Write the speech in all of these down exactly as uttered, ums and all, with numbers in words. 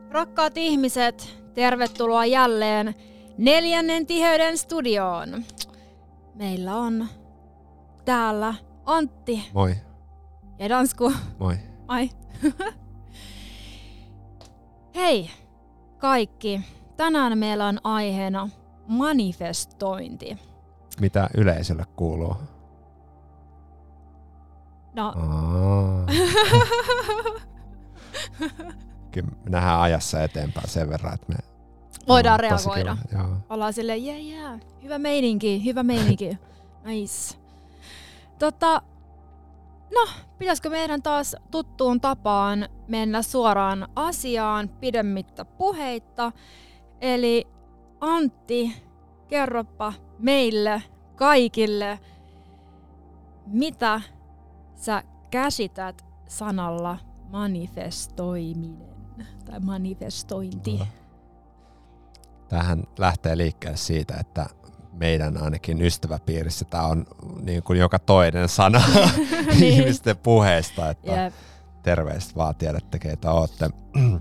Rakkaat ihmiset, tervetuloa jälleen neljännen tiheyden studioon. Meillä on täällä Antti. Moi. Ja Dansku. Moi. Ai. Hei kaikki. Tänään meillä on aiheena manifestointi. Mitä yleisölle kuuluu? No. Kyllä me nähdään ajassa eteenpäin sen verran, että me voidaan reagoida. Kiva, ollaan silleen, jee, yeah, yeah. hyvä meininki, hyvä meininki. Nice. Tota, no, pitäisikö meidän taas tuttuun tapaan mennä suoraan asiaan pidemmittä puheitta. Eli Antti, kerropa meille kaikille, mitä sä käsität sanalla manifestoiminen tai manifestointi. Tämähän lähtee liikkeelle siitä, että meidän ainakin ystäväpiirissä tämä on niin kuin joka toinen sana niin. ihmisten puheesta, että yep. terveistä vaan tiedätte, keitä ootte.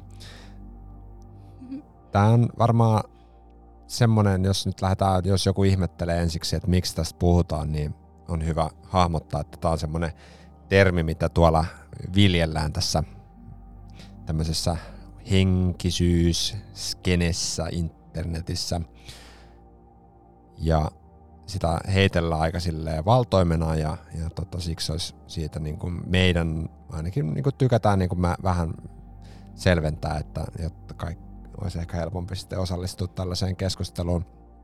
Tämä on varmaan semmoinen, jos nyt lähdetään, jos joku ihmettelee ensiksi, että miksi tästä puhutaan, niin on hyvä hahmottaa, että tämä on semmoinen termi, mitä tuolla viljellään tässä tämmöisessä henkisyys-skenessä internetissä. Ja sitä heitellään aika silleen valtoimena ja, ja tota, siksi olisi siitä niin kuin meidän, ainakin niin kuin tykätään niin kuin mä vähän selventää, että jotta kaikki olisi ehkä helpompi sitten osallistua tällaiseen keskusteluun.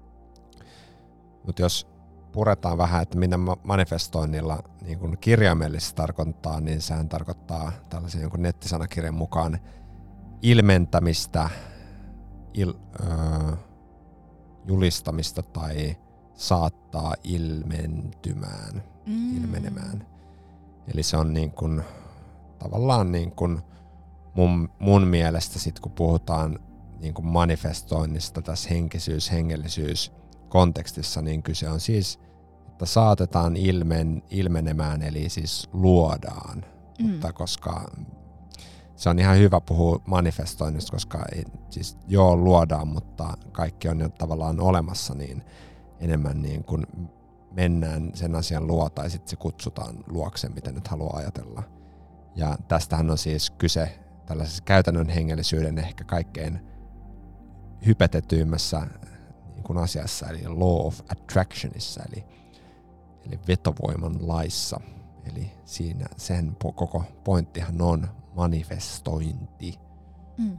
Mutta jos puretaan vähän, että mitä manifestoinnilla niin kuin kirjaimellisesti tarkoittaa, niin sehän tarkoittaa tällaisen jonkun nettisanakirjan mukaan ilmentämistä, il, öö, julistamista tai saattaa ilmentymään, mm. ilmenemään. Eli se on niin kuin, tavallaan niin kuin mun, mun mielestä sit kun puhutaan niin kuin manifestoinnista tässä henkisyys, hengellisyys kontekstissa, niin kyse on siis, että saatetaan ilmen, ilmenemään, eli siis luodaan. Mm. Mutta koska se on ihan hyvä puhua manifestoinnista, koska ei, siis joo luodaan, mutta kaikki on jo tavallaan olemassa, niin enemmän niin kuin mennään sen asian luo tai sitten se kutsutaan luokse, mitä nyt haluaa ajatella. Ja tästähän on siis kyse tällaisessa käytännön hengellisyyden ehkä kaikkein hypetetyimmässä niin kuin asiassa, eli law of attractionissa, eli, eli vetovoiman laissa. Eli siinä sen po- koko pointtihan on manifestointi. Mm.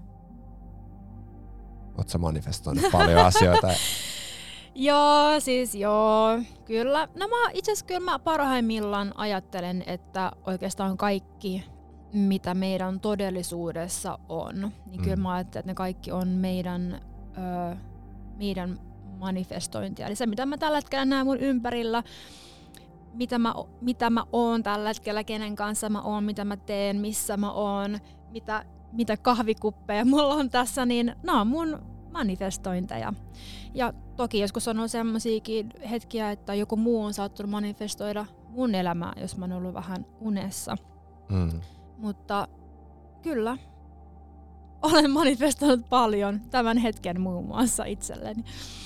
Ootko sä manifestoinut paljon asioita? Joo, siis joo, kyllä. No mä itse asiassa kyllä mä parhaimmillaan ajattelen, että oikeastaan kaikki, mitä meidän todellisuudessa on, niin kyllä mm. mä ajattelen, että ne kaikki on meidän, ö, meidän manifestointia. Eli se, mitä mä tällä hetkellä näen mun ympärillä, mitä mä, mitä mä oon tällä hetkellä, kenen kanssa mä oon, mitä mä teen, missä mä oon, mitä, mitä kahvikuppeja mulla on tässä, niin nämä on mun manifestointeja. Ja toki joskus on ollut semmoisiakin hetkiä, että joku muu on saattanut manifestoida mun elämää, jos mä oon ollut vähän unessa. Mm. Mutta kyllä, olen manifestoinut paljon tämän hetken muun muassa itselleni.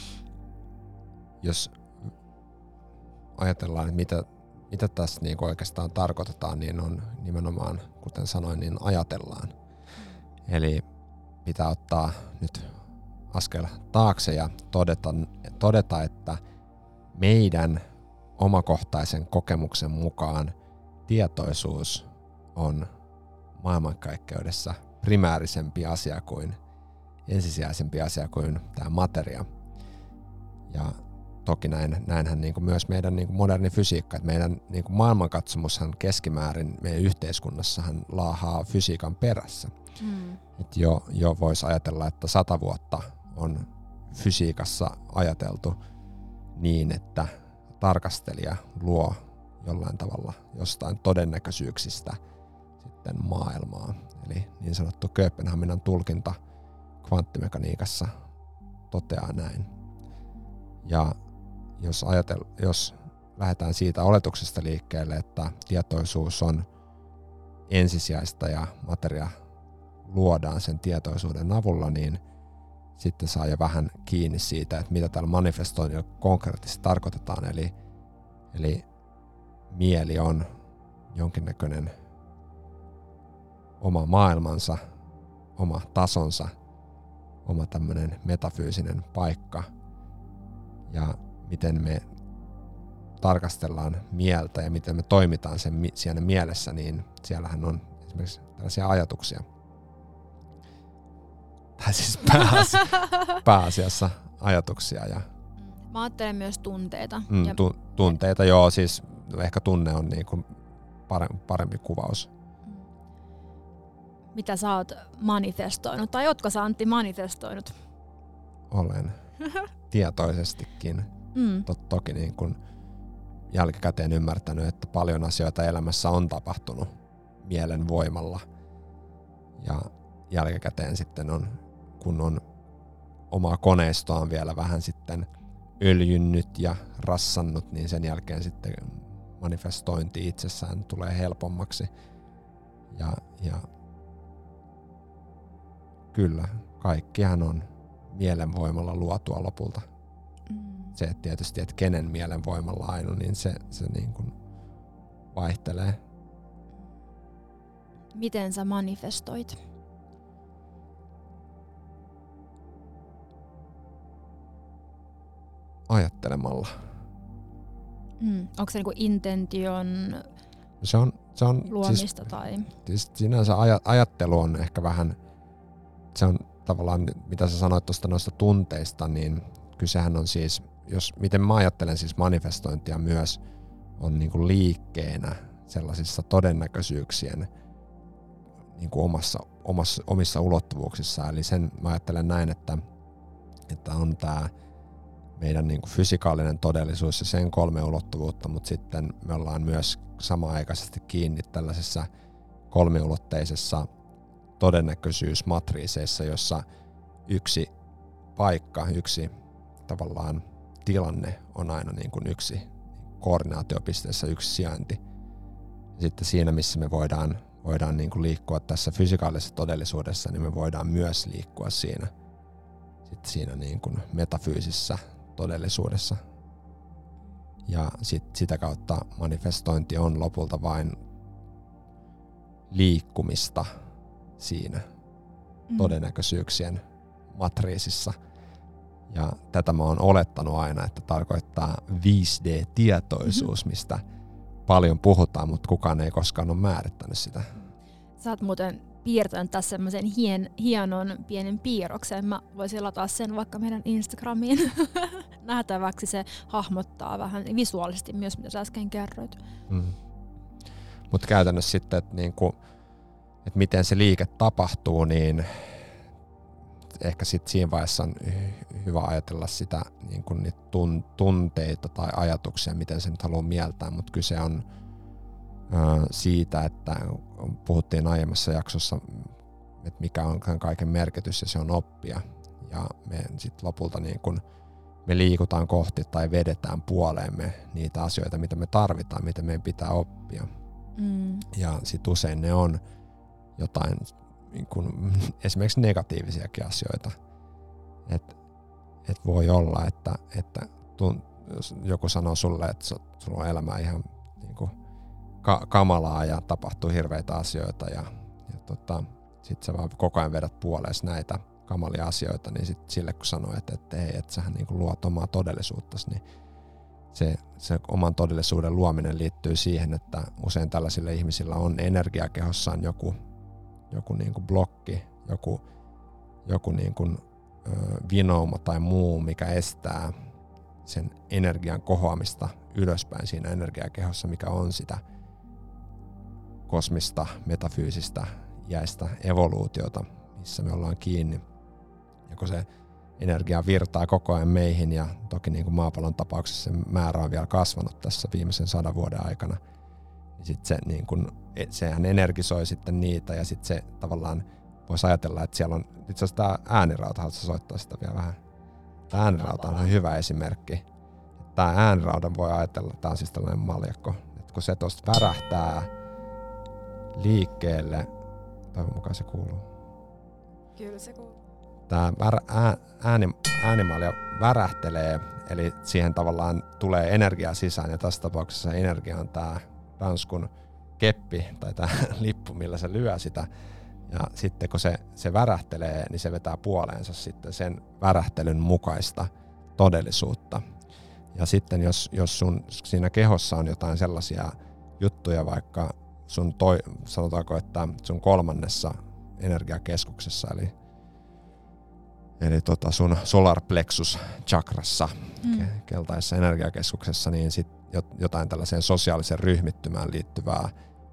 Jos ajatellaan, että mitä, mitä tässä niin oikeastaan tarkoitetaan, niin on nimenomaan, kuten sanoin, niin ajatellaan. Mm. Eli pitää ottaa nyt askel taakse ja todeta, todeta, että meidän omakohtaisen kokemuksen mukaan tietoisuus on maailmankaikkeudessa primäärisempi asia kuin ensisijaisempi asia kuin tämä materia. Ja toki näin, näinhän niin kuin myös meidän niin kuin moderni fysiikka, että meidän niin kuin maailmankatsomushan keskimäärin meidän yhteiskunnassahan laahaa fysiikan perässä. Mm. Et jo, jo voisi ajatella, että sata vuotta on fysiikassa ajateltu niin, että tarkastelija luo jollain tavalla jostain todennäköisyyksistä sitten maailmaa. Eli niin sanottu Kööpenhaminan tulkinta kvanttimekaniikassa toteaa näin. Ja jos, ajatel, jos lähdetään siitä oletuksesta liikkeelle, että tietoisuus on ensisijaista ja materia luodaan sen tietoisuuden avulla, niin sitten saa jo vähän kiinni siitä, että mitä tällä manifestoinnilla konkreettisesti tarkoitetaan. Eli, eli mieli on jonkinnäköinen oma maailmansa, oma tasonsa, oma tämmöinen metafyysinen paikka. Ja miten me tarkastellaan mieltä ja miten me toimitaan sen siinä mielessä, niin siellähän on esimerkiksi tällaisia ajatuksia. Tai siis pääasiassa, pääasiassa ajatuksia. Ja, mä ajattelen myös tunteita. Mm, ja tu, tunteita, joo, siis ehkä tunne on niin kuin parempi kuvaus. Mitä sä oot manifestoinut, tai ootko sä Antti manifestoinut? Olen. Tietoisestikin. Mm. Tot, toki niin kuin jälkikäteen ymmärtänyt, että paljon asioita elämässä on tapahtunut mielen voimalla. Ja jälkikäteen sitten on, kun on omaa koneistoaan vielä vähän sitten öljynnyt ja rassannut, niin sen jälkeen sitten manifestointi itsessään tulee helpommaksi. Ja, ja kyllä, kaikkihan on mielenvoimalla luotua lopulta. Mm. Se että tietysti, että kenen mielenvoimalla ainu, niin se, se niin kuin vaihtelee. Miten sä manifestoit? Ajattelemalla. Mm. Onko se niinku intention Se on, se on luomista siis, tai? Siis sinänsä aj- ajattelu on ehkä vähän, se on tavallaan, mitä sä sanoit tuosta noista tunteista, niin kysehän on siis, jos, miten mä ajattelen siis manifestointia myös, on niinku liikkeenä sellaisissa todennäköisyyksien niinku omassa, omassa, omissa ulottuvuuksissa. Eli sen mä ajattelen näin, että, että on tää meidän niinku fysikaalinen todellisuus ja sen kolme ulottuvuutta, mutta sitten me ollaan myös samaaikaisesti kiinni tällaisessa kolmiulotteisessa todennäköisyysmatriiseissa, jossa yksi paikka, yksi tavallaan tilanne on aina niin kuin yksi koordinaatiopisteessä, yksi sijainti. Ja sitten siinä, missä me voidaan, voidaan niin kuin liikkua tässä fysikaalisessa todellisuudessa, niin me voidaan myös liikkua siinä, sitten siinä niin kuin metafyysisessä todellisuudessa. Ja sit, sitä kautta manifestointi on lopulta vain liikkumista siinä mm. todennäköisyyksien matriisissa. Ja tätä mä oon olettanut aina, että tarkoittaa viisi D-tietoisuus, mm-hmm. mistä paljon puhutaan, mutta kukaan ei koskaan ole määrittänyt sitä. Sä oot muuten piirtänyt tässä semmoisen hien, hienon pienen piirroksen. Mä voisin lataa sen vaikka meidän Instagramiin nähtäväksi. Se hahmottaa vähän visuaalisesti myös, mitä sä äsken kerroit. Mm. Mutta käytännössä sitten, että niinku, et miten se liike tapahtuu, niin ehkä sitten siinä vaiheessa on hyvä ajatella sitä niin kuin niitä tun, tunteita tai ajatuksia, miten sen nyt haluaa mieltää, mutta kyse on ö, siitä, että puhuttiin aiemmassa jaksossa, että mikä on kaiken merkitys ja se on oppia. Ja me sitten lopulta niin kun me liikutaan kohti tai vedetään puoleemme niitä asioita, mitä me tarvitaan, mitä meidän pitää oppia. Mm. Ja sitten usein ne on jotain niin kun, esimerkiksi negatiivisiakin asioita. Et, et voi olla, että, että tun, jos joku sanoo sulle, että sulla on elämä ihan niin kun, ka- kamalaa ja tapahtuu hirveitä asioita ja, ja tota, sit sä vaan koko ajan vedät puoleesi näitä kamalia asioita, niin sit sille kun sanoo, että, että hei, että sähän niin kun luot omaa todellisuuttasi, niin se, se oman todellisuuden luominen liittyy siihen, että usein tällaisilla ihmisillä on energiakehossaan joku joku niin kuin blokki, joku, joku niin kuin, ö, vinouma tai muu, mikä estää sen energian kohoamista ylöspäin siinä energiakehossa, mikä on sitä kosmista, metafyysistä, jäistä evoluutiota, missä me ollaan kiinni. Ja kun se energia virtaa koko ajan meihin, ja toki niin kuin maapallon tapauksessa se määrä on vielä kasvanut tässä viimeisen sadan vuoden aikana, niin sit se niin kuin sehän energisoi sitten niitä ja sitten se tavallaan voisi ajatella, että siellä on itse asiassa tämä äänirauta, haluatko soittaa sitä vielä vähän? Tämä äänirauta on hyvä esimerkki. Tämä ääniraudan voi ajatella, tämä on siis tällainen maljakko, että kun se tuosta värähtää liikkeelle, toivon mukaan se kuuluu. Kyllä se kuuluu. Tämä ää, ääni, äänimalja värähtelee, eli siihen tavallaan tulee energiaa sisään, ja tässä tapauksessa energia on tämä Ranskun keppi tai tämä lippu, millä se lyö sitä. Ja sitten kun se, se värähtelee, niin se vetää puoleensa sitten sen värähtelyn mukaista todellisuutta. Ja sitten jos, jos sun siinä kehossa on jotain sellaisia juttuja, vaikka sun toi, sanotaanko, että sun kolmannessa energiakeskuksessa, eli, eli tota sun solar plexus chakrassa, mm. keltaisessa energiakeskuksessa, niin sit jotain tällaiseen sosiaalisen ryhmittymään liittyvää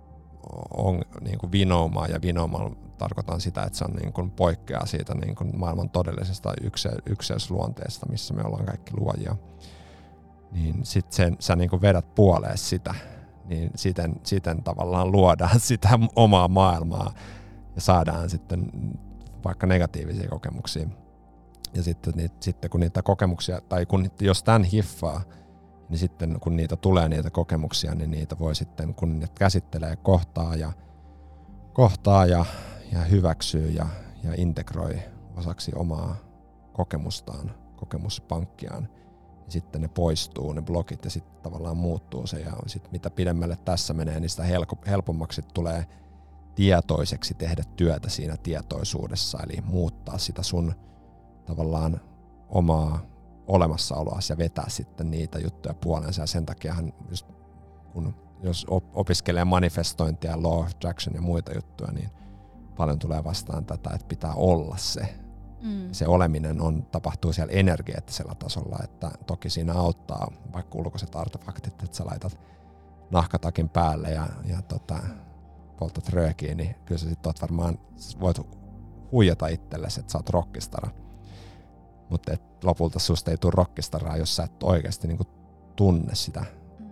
on niin kuin vinoumaa, ja vinouma tarkoitan sitä, että se on niin kuin poikkeaa siitä niin kuin maailman todellisesta ykse, ykseysluonteesta, missä me ollaan kaikki luojia. Niin sit sen, sä niin kuin vedät puoleen sitä, niin siten, siten tavallaan luodaan sitä omaa maailmaa ja saadaan sitten vaikka negatiivisia kokemuksia. Ja sitten, niitä, sitten kun niitä kokemuksia, tai kun, jos tämän hiffaa, niin sitten kun niitä tulee niitä kokemuksia, niin niitä voi sitten, kun ne käsittelee, kohtaa ja, kohtaa ja, ja hyväksyy ja, ja integroi osaksi omaa kokemustaan, kokemuspankkiaan, niin sitten ne poistuu, ne blokit, ja sitten tavallaan muuttuu se. Ja sitten mitä pidemmälle tässä menee, niin sitä helpommaksi tulee tietoiseksi tehdä työtä siinä tietoisuudessa, eli muuttaa sitä sun tavallaan omaa olemassaoloa ja vetää sitten niitä juttuja puoleensa. Ja sen takiahan, just kun, jos opiskelee manifestointia, law of attraction ja muita juttuja, niin paljon tulee vastaan tätä, että pitää olla se. Mm. Se oleminen on, tapahtuu siellä energeettisellä tasolla, että toki siinä auttaa vaikka ulkoiset artefaktit, että sä laitat nahkatakin päälle ja, ja tota, poltat röökiin, niin kyllä sä sit oot varmaan, voit huijata itsellesi, että sä oot rockistara. Mutta lopulta susta ei tule rockistaraa, jos sä et oikeasti niinku tunne sitä. Mm.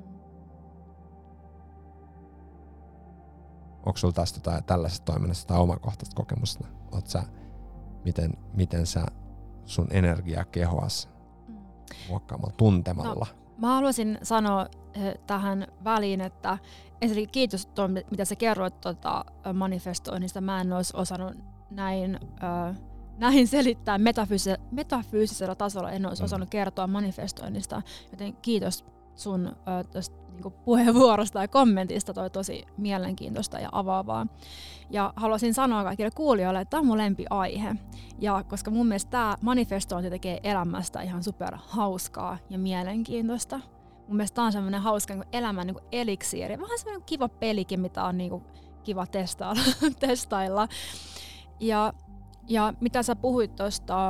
Onko sulla tästä tai tällaisesta toiminnasta tai omakohtaista kokemusta? Oot sä, miten, miten sä sun energiaa kehoas mm. muokkaamalla, tuntemalla? No, mä haluaisin sanoa tähän väliin, että ensinnäkin kiitos tuon, mitä sä kerroit tuota manifestoinnista. Mä en olisi osannut näin... Äh, Näin selittää metafyysi- metafyysisellä tasolla, en olisi osannut kertoa manifestoinnista, joten kiitos sun ö, tosta, niinku puheenvuorosta ja kommentista, toi tosi mielenkiintoista ja avaavaa. Ja haluaisin sanoa kaikille kuulijoille, että tämä on mun lempiaihe, ja koska mun mielestä tämä manifestointi tekee elämästä ihan super hauskaa ja mielenkiintoista. Mun mielestä tämä on semmoinen hauska niin elämän niin eliksiiri, vähän semmoinen kiva pelikin, mitä on niin kiva testailla. testailla. Ja Ja mitä sä puhuit tuosta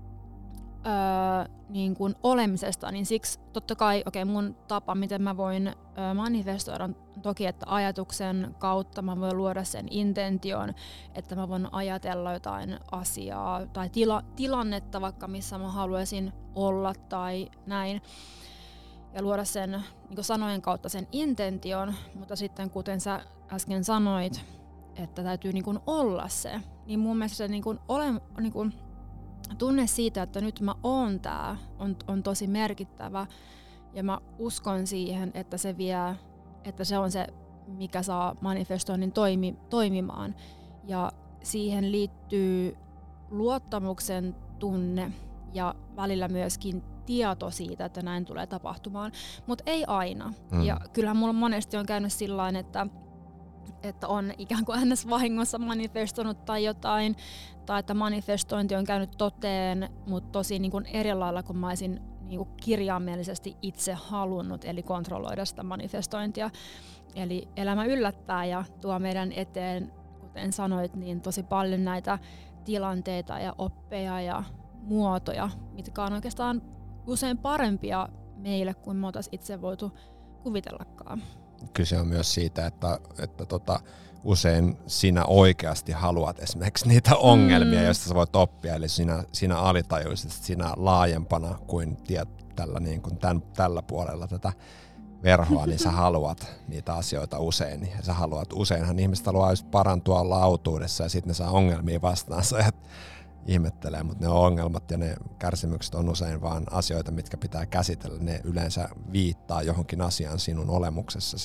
öö, niin kun olemisesta, niin siksi totta kai okay, mun tapa, miten mä voin öö, manifestoida, toki, että ajatuksen kautta mä voin luoda sen intention, että mä voin ajatella jotain asiaa tai tila, tilannetta vaikka, missä mä haluaisin olla tai näin. Ja luoda sen niin kun sanojen kautta sen intention, mutta sitten kuten sä äsken sanoit, että täytyy niin kuin olla se, niin mun mielestä se niin kuin ole, niin kuin tunne siitä, että nyt mä oon tää, on, on tosi merkittävä, ja mä uskon siihen, että se vie, että se on se, mikä saa manifestoinnin toimi, toimimaan, ja siihen liittyy luottamuksen tunne ja välillä myöskin tieto siitä, että näin tulee tapahtumaan, mutta ei aina. Mm. Ja kyllähän mulla monesti on käynyt sillain, että että on ikään kuin ns. Vahingossa manifestoinut tai jotain, tai että manifestointi on käynyt toteen, mutta tosi niin kuin eri lailla kuin mä olisin niin kuin kirjaimellisesti itse halunnut, eli kontrolloida sitä manifestointia. Eli elämä yllättää ja tuo meidän eteen, kuten sanoit, niin tosi paljon näitä tilanteita ja oppeja ja muotoja, mitkä on oikeastaan usein parempia meille kuin me oltaisiin itse voitu kuvitellakaan. Kyse on myös siitä, että, että tota, usein sinä oikeasti haluat esimerkiksi niitä ongelmia, mm. joista sä voit oppia, eli sinä, sinä alitajuisesti, sinä laajempana kuin tiet, tällä, niin kuin tämän, tällä puolella tätä verhoa, niin sä haluat niitä asioita usein. Ja sä haluat, useinhan ihmiset haluaa just parantua olla autuudessa ja sitten ne saa ongelmia vastaansa ja ihmettelee, mutta ne ongelmat ja ne kärsimykset on usein vaan asioita, mitkä pitää käsitellä. Ne yleensä viittaa johonkin asiaan sinun olemuksessasi,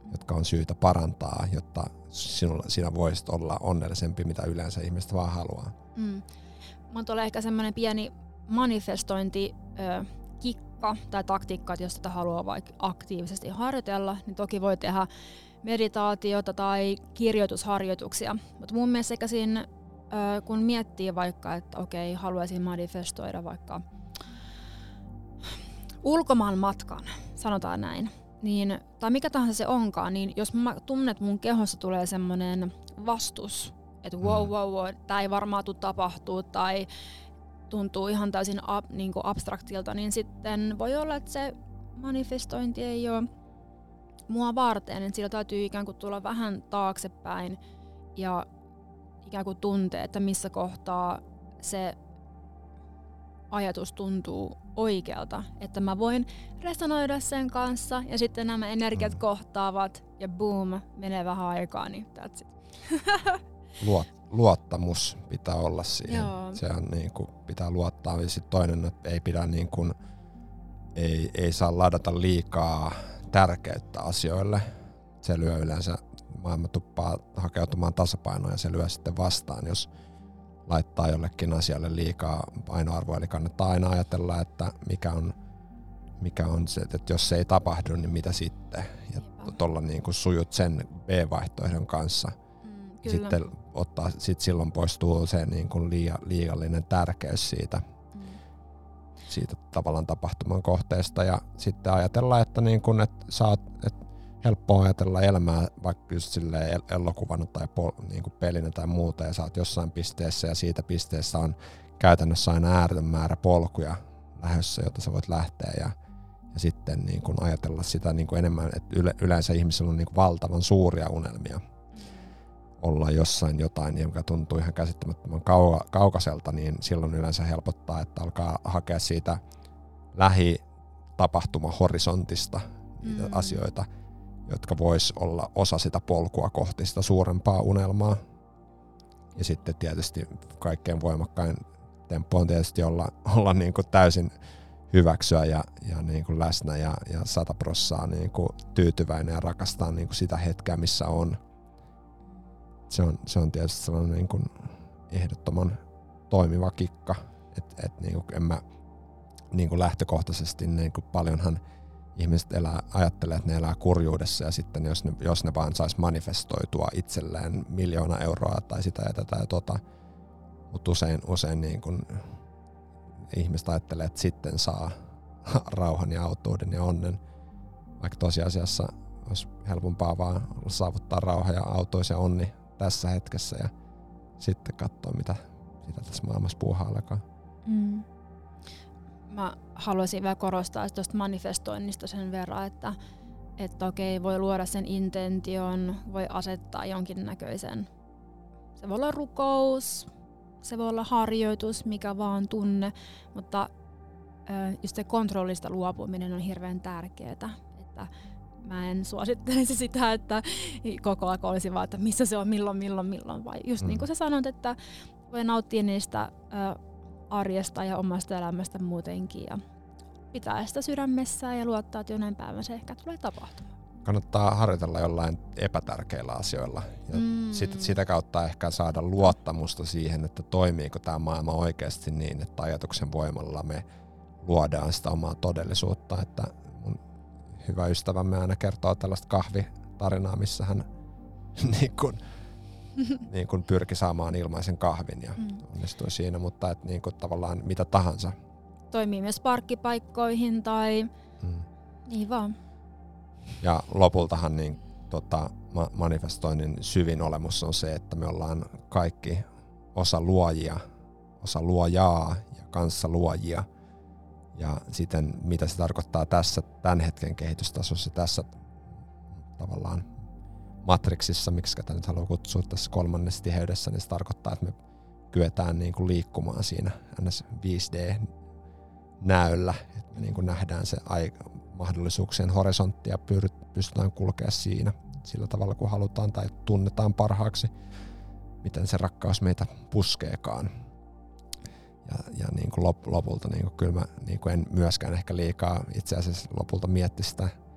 jotka on syytä parantaa, jotta sinulla, sinä voisit olla onnellisempi, mitä yleensä ihmiset vaan haluaa. Mm. Mä tulee ehkä semmoinen pieni manifestointi ö, kikka tai taktiikka, että jos tätä haluaa vaikka aktiivisesti harjoitella, niin toki voi tehdä meditaatiota tai kirjoitusharjoituksia. Mutta mun mielestä sekä siinä, ö, kun miettii vaikka, että okei, haluaisin manifestoida vaikka ulkomaan matkan, sanotaan näin, niin, tai mikä tahansa se onkaan, niin jos mä tunnen, että mun kehossa tulee semmoinen vastus, että wow, wow, wow, tää ei varmaan tule tapahtuu, tai tuntuu ihan täysin ab, niin kuin abstraktilta, niin sitten voi olla, että se manifestointi ei ole mua varten, että sillä täytyy ikään kuin tulla vähän taaksepäin ja ikään kuin tuntee, että missä kohtaa se ajatus tuntuu oikealta, että mä voin resonoida sen kanssa ja sitten nämä energiat mm. kohtaavat ja boom, menee vähän aikaa, niin that's it. Luot, luottamus pitää olla siihen. Joo. Se on niin kuin, pitää luottaa ja sitten toinen, että ei pidä niin kuin, ei, ei saa ladata liikaa tärkeyttä asioille. Se lyö yleensä, maailma tuppaa hakeutumaan tasapainoon ja se lyö sitten vastaan, jos laittaa jollekin asialle liikaa painoarvoa. Eli kannattaa aina ajatella, että mikä on, mikä on se, että jos se ei tapahdu, niin mitä sitten. Ja tuolla niin kuin sujut sen B-vaihtoehdon kanssa. Mm, sitten ottaa, sit silloin poistuu se niin kuin liia, liiallinen tärkeys siitä, mm. siitä tavallaan tapahtuman kohteesta. Ja sitten ajatella, että, niin kuin, että saat, että helppoa ajatella elämää vaikka just silleen elokuvana tai pol, niin kuin pelinä tai muuta ja sä oot jossain pisteessä ja siitä pisteessä on käytännössä aina ääretön määrä polkuja lähdössä, jota sä voit lähteä ja, ja sitten niin kuin ajatella sitä niin kuin enemmän, että yle, yleensä ihmisillä on niin kuin valtavan suuria unelmia olla jossain jotain, joka tuntuu ihan käsittämättömän kauka, kaukaiselta, niin silloin yleensä helpottaa, että alkaa hakea siitä lähitapahtumahorisontista niitä mm. asioita, jotka vois olla osa sitä polkua kohti sitä suurempaa unelmaa. Ja sitten tietysti kaikkein voimakkain temppu on tietysti olla, olla niin kuin täysin hyväksyä ja, ja niin kuin läsnä ja, ja sata prossaa niin kuin tyytyväinen ja rakastaa niin kuin sitä hetkeä, missä on. Se on, se on tietysti sellainen niin kuin ehdottoman toimiva kikka. Et, et niin kuin en mä niin kuin lähtökohtaisesti niin kuin paljonhan ihmiset elää, ajattelee, että ne elää kurjuudessa ja sitten jos ne, jos ne vaan sais manifestoitua itselleen miljoona euroa tai sitä ja tätä ja tota, mutta usein, usein niin kun ihmiset ajattelee, että sitten saa rauhan ja autuuden ja onnen, vaikka tosiasiassa olisi helpompaa vaan saavuttaa rauha ja autuus ja onni tässä hetkessä ja sitten katsoa, mitä sitä tässä maailmassa puuhailekaan. Mm. Mä haluaisin vielä korostaa tuosta manifestoinnista sen verran, että, että okei, voi luoda sen intention, voi asettaa jonkinnäköisen. Se voi olla rukous, se voi olla harjoitus, mikä vaan tunne, mutta just se kontrollista luopuminen on hirveän tärkeää. Että mä en suosittelisi sitä, että koko ajan olisi vaan, että missä se on, milloin, milloin, milloin, vai just mm. niin kuin sä sanot, että voi nauttia niistä arjesta ja omasta elämästä muutenkin ja pitää sitä sydämessään ja luottaa, että jonain päivänä se ehkä tulee tapahtumaan. Kannattaa harjoitella jollain epätärkeillä asioilla ja mm. sit, sitä kautta ehkä saada luottamusta siihen, että toimiiko tämä maailma oikeasti niin, että ajatuksen voimalla me luodaan sitä omaa todellisuutta. Että mun hyvä ystävämme aina kertoo tällaista kahvitarinaa, missä hän niin kun, niin kun pyrki saamaan ilmaisen kahvin ja mm. onnistui siinä, mutta et niin kun tavallaan mitä tahansa. Toimii myös parkkipaikkoihin tai mm. niin vaan. Ja lopultahan niin, tota, manifestoinnin syvin olemus on se, että me ollaan kaikki osa luojia, osa luojaa ja kanssa luojia. Ja sitten mitä se tarkoittaa tässä tämän hetken kehitystasossa, tässä tavallaan matriksissa, miksi tätä nyt haluaa kutsua tässä kolmannessa tiheydessä, niin se tarkoittaa, että me kyetään niin kuin liikkumaan siinä viisi D-näyllä, että me niin kuin nähdään se aika, mahdollisuuksien horisontti ja pystytään kulkea siinä sillä tavalla, kun halutaan tai tunnetaan parhaaksi, miten se rakkaus meitä puskeekaan. Ja, ja niin kuin lop, lopulta niin kuin kyllä mä niin kuin en myöskään ehkä liikaa itse asiassa lopulta mietti sitä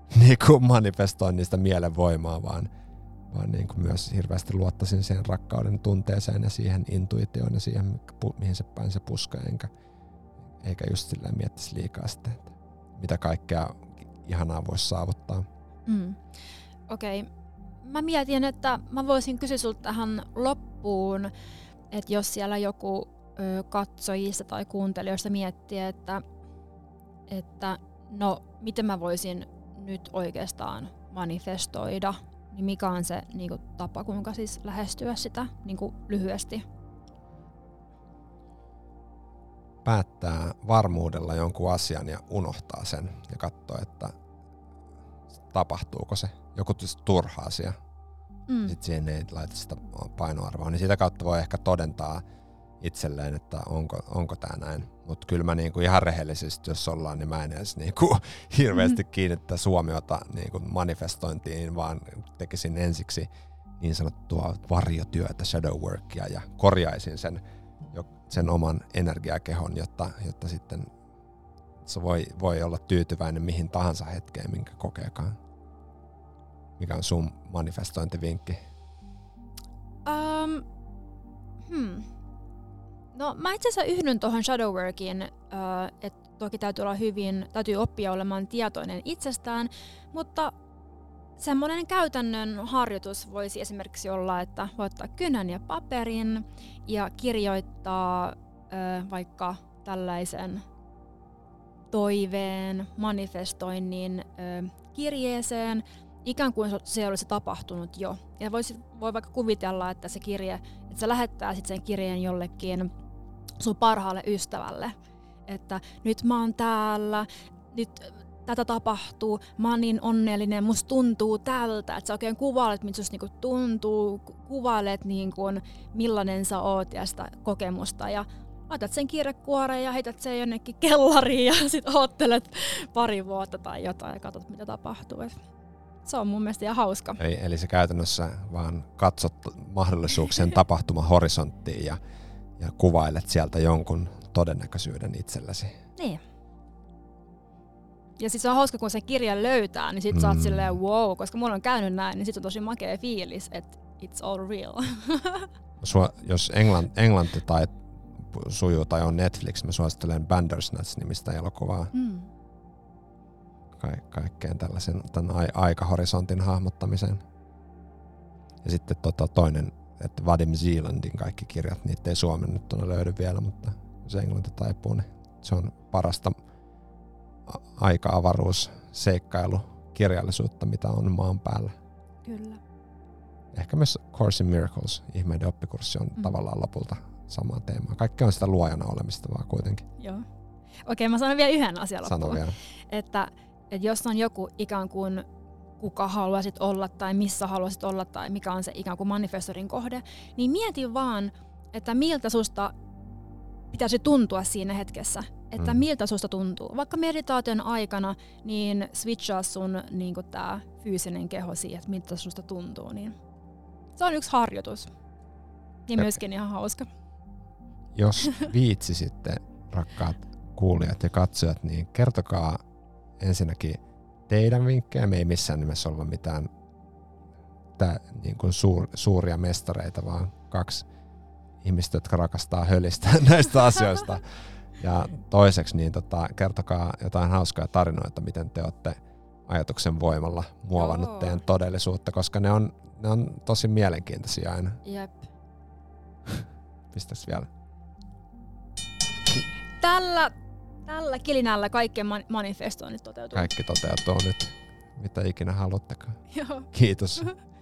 niinku manifestoinnista mielenvoimaa, vaan, vaan niinku myös hirveästi luottaisin siihen rakkauden tunteeseen ja siihen intuitioon ja siihen, mihin se päin se puska, enkä, eikä just silleen miettisi liikaa sitten, että mitä kaikkea ihanaa voisi saavuttaa. Mm. Okei. Okay. Mä mietin, että mä voisin kysyä sulta tähän loppuun, että jos siellä joku ö, katsojista tai kuuntelijoista miettii, että, että no miten mä voisin nyt oikeastaan manifestoida, niin mikä on se niin kuin, tapa, kuinka siis lähestyä sitä niin kuin, lyhyesti? Päättää varmuudella jonkun asian ja unohtaa sen ja katsoo, että tapahtuuko se. Joku turha asia. Mm. Sitten siihen ei laita sitä painoarvoa. Niin sitä kautta voi ehkä todentaa itselleen, että onko, onko tämä näin. Mutta kyllä mä niinku ihan rehellisesti, jos ollaan, niin mä en edes niinku hirveästi mm. kiinnittää huomiota niinku manifestointiin, vaan tekisin ensiksi niin sanottua varjotyötä, shadow workia, ja korjaisin sen, sen oman energiakehon, jotta, jotta sitten se voi, voi olla tyytyväinen mihin tahansa hetkeen, minkä kokeekaan. Mikä on sun manifestointivinkki? Um, hmm. No mä itse asiassa yhdyn tuohon shadowworkiin, uh, että toki täytyy olla hyvin, täytyy oppia olemaan tietoinen itsestään, mutta semmoinen käytännön harjoitus voisi esimerkiksi olla, että voi ottaa kynän ja paperin ja kirjoittaa uh, vaikka tällaisen toiveen, manifestoinnin uh, kirjeeseen, ikään kuin se olisi tapahtunut jo. Ja voisi, voi vaikka kuvitella, että se kirje, että sä lähettää sit sen kirjeen jollekin sun parhaalle ystävälle. Että nyt mä oon täällä, nyt tätä tapahtuu, mä oon niin onnellinen, musta tuntuu tältä. Että sä oikein kuvailet, mitä susta niinku tuntuu, kuvailet niinku, millainen sä oot ja sitä kokemusta. Ja laitat sen kirjekuoreen ja heität sen jonnekin kellariin ja sit oottelet pari vuotta tai jotain ja katsot, mitä tapahtuu. Se on mun mielestä ihan hauska. Eli, eli se käytännössä vaan katsot mahdollisuuksien tapahtumahorisonttiin ja, ja kuvailet sieltä jonkun todennäköisyyden itsellesi. Niin. Ja siis se on hauska, kun se kirja löytää, niin sit mm. sä oot silleen wow, koska mulla on käynyt näin, niin sit on tosi makea fiilis, että it's all real. Sua, jos englanti, englanti tai sujuu tai on Netflix, mä suosittelen Bandersnatch-nimistä elokuvaa. Mm. Ka- kaikkeen tällaisen tämän aikahorisontin hahmottamiseen. Ja sitten tota toinen, että Vadim Zealandin kaikki kirjat, niitä ei suomennettuna löydy vielä, mutta jos englanti taipuu, niin se on parasta aika-avaruus, seikkailu, kirjallisuutta, mitä on maan päällä. Kyllä. Ehkä myös Course in Miracles, ihmeiden oppikurssi, on mm. tavallaan lopulta samaa teemaa. Kaikki on sitä luojana olemista vaan kuitenkin. Joo. Okei, mä sanon vielä yhden asian loppuun. Sano vielä. Että että jos on joku ikään kuin kuka haluaisit olla tai missä haluaisit olla tai mikä on se ikään kuin manifestorin kohde, niin mieti vaan, että miltä susta pitäisi tuntua siinä hetkessä. Että mm. miltä susta tuntuu. Vaikka meditaation aikana, niin switchaa sun niin kuin tää fyysinen keho siihen, että miltä susta tuntuu. Niin se on yksi harjoitus. Ja myöskin ihan hauska. Jos viitsisitte, rakkaat kuulijat ja katsojat, niin kertokaa ensinnäkin teidän vinkkejä. Me ei missään nimessä olla mitään tää, niin kuin suur, suuria mestareita, vaan kaksi ihmistä, jotka rakastaa hölistä näistä asioista. Ja toiseksi niin tota, kertokaa jotain hauskaa tarinoita, miten te olette ajatuksen voimalla muovannut Joo. teidän todellisuutta, koska ne on, ne on tosi mielenkiintoisia aina. Jep. Pistäs vielä. Tällä Tällä kilinällä kaikkien manifestoinnit toteutuu. Kaikki toteutuu nyt, mitä ikinä haluttekaan. Joo. Kiitos.